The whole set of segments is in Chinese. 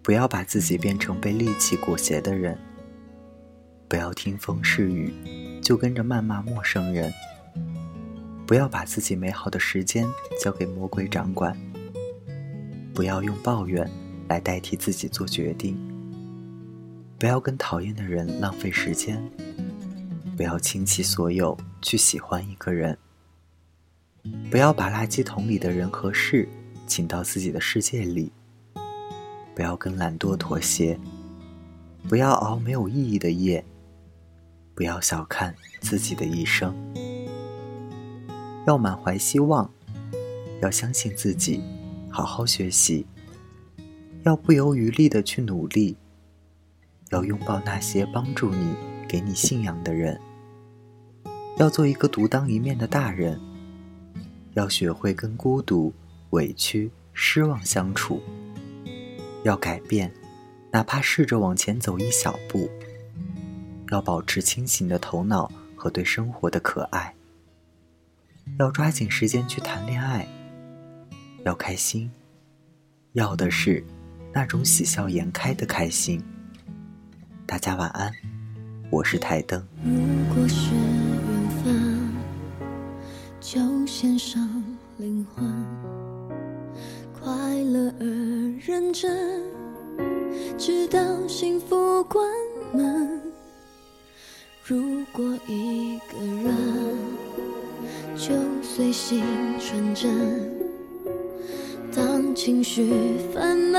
不要把自己变成被戾气裹挟的人，不要听风是雨就跟着谩骂陌生人，不要把自己美好的时间交给魔鬼掌管，不要用抱怨来代替自己做决定，不要跟讨厌的人浪费时间，不要倾其所有去喜欢一个人，不要把垃圾桶里的人和事请到自己的世界里，不要跟懒惰妥协，不要熬没有意义的夜，不要小看自己的一生。要满怀希望，要相信自己，好好学习，要不遗余力地去努力，要拥抱那些帮助你、给你信仰的人，要做一个独当一面的大人，要学会跟孤独、委屈、失望相处，要改变，哪怕试着往前走一小步，要保持清醒的头脑和对生活的可爱，要抓紧时间去谈恋爱，要开心，要的是那种喜笑颜开的开心。大家晚安，我是台灯。 如果是缘分，就献上灵魂，快乐而认真，直到幸福关门。如果一个人，就随性纯真，当情绪烦闷，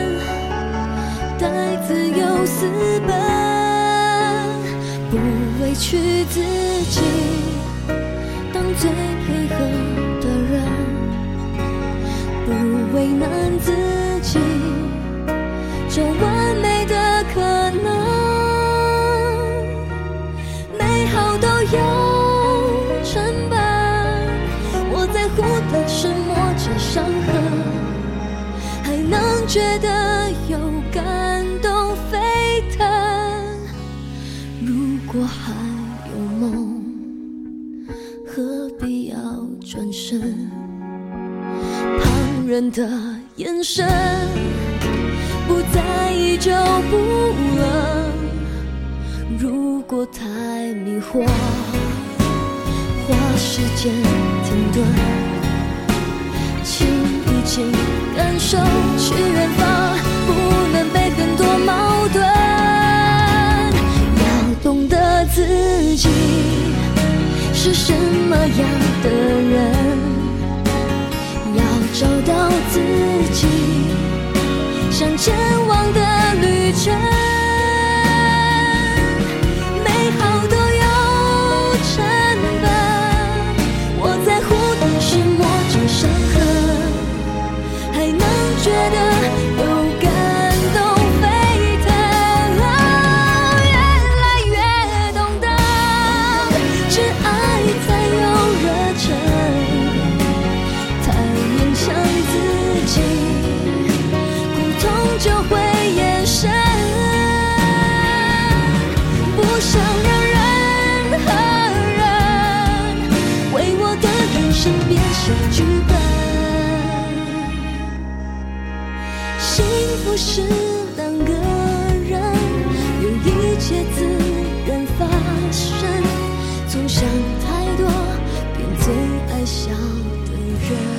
带自由私奔，不委屈自己，当最配合的人，不为难自己，这完美的可能，美好都有成本，我在乎的是磨着伤痕，还能觉得有感动沸腾。如果还有梦，何必要转身？旁人的眼神，不在意就不冷。如果太迷惑，花时间停顿，请一起感受去远方，不能被很多矛盾。要懂得自己是什么样的人，要找到自己想前往的旅程。美好都有成本，我在乎的是磨着伤痕，还能觉得有感动沸腾。越来越懂得，只爱才有热忱，太勉强自己，苦痛就会延伸。不想让人和人为我的人生编写剧本。幸福是两个人，有一切自然发生。总想太多，变最爱笑的人。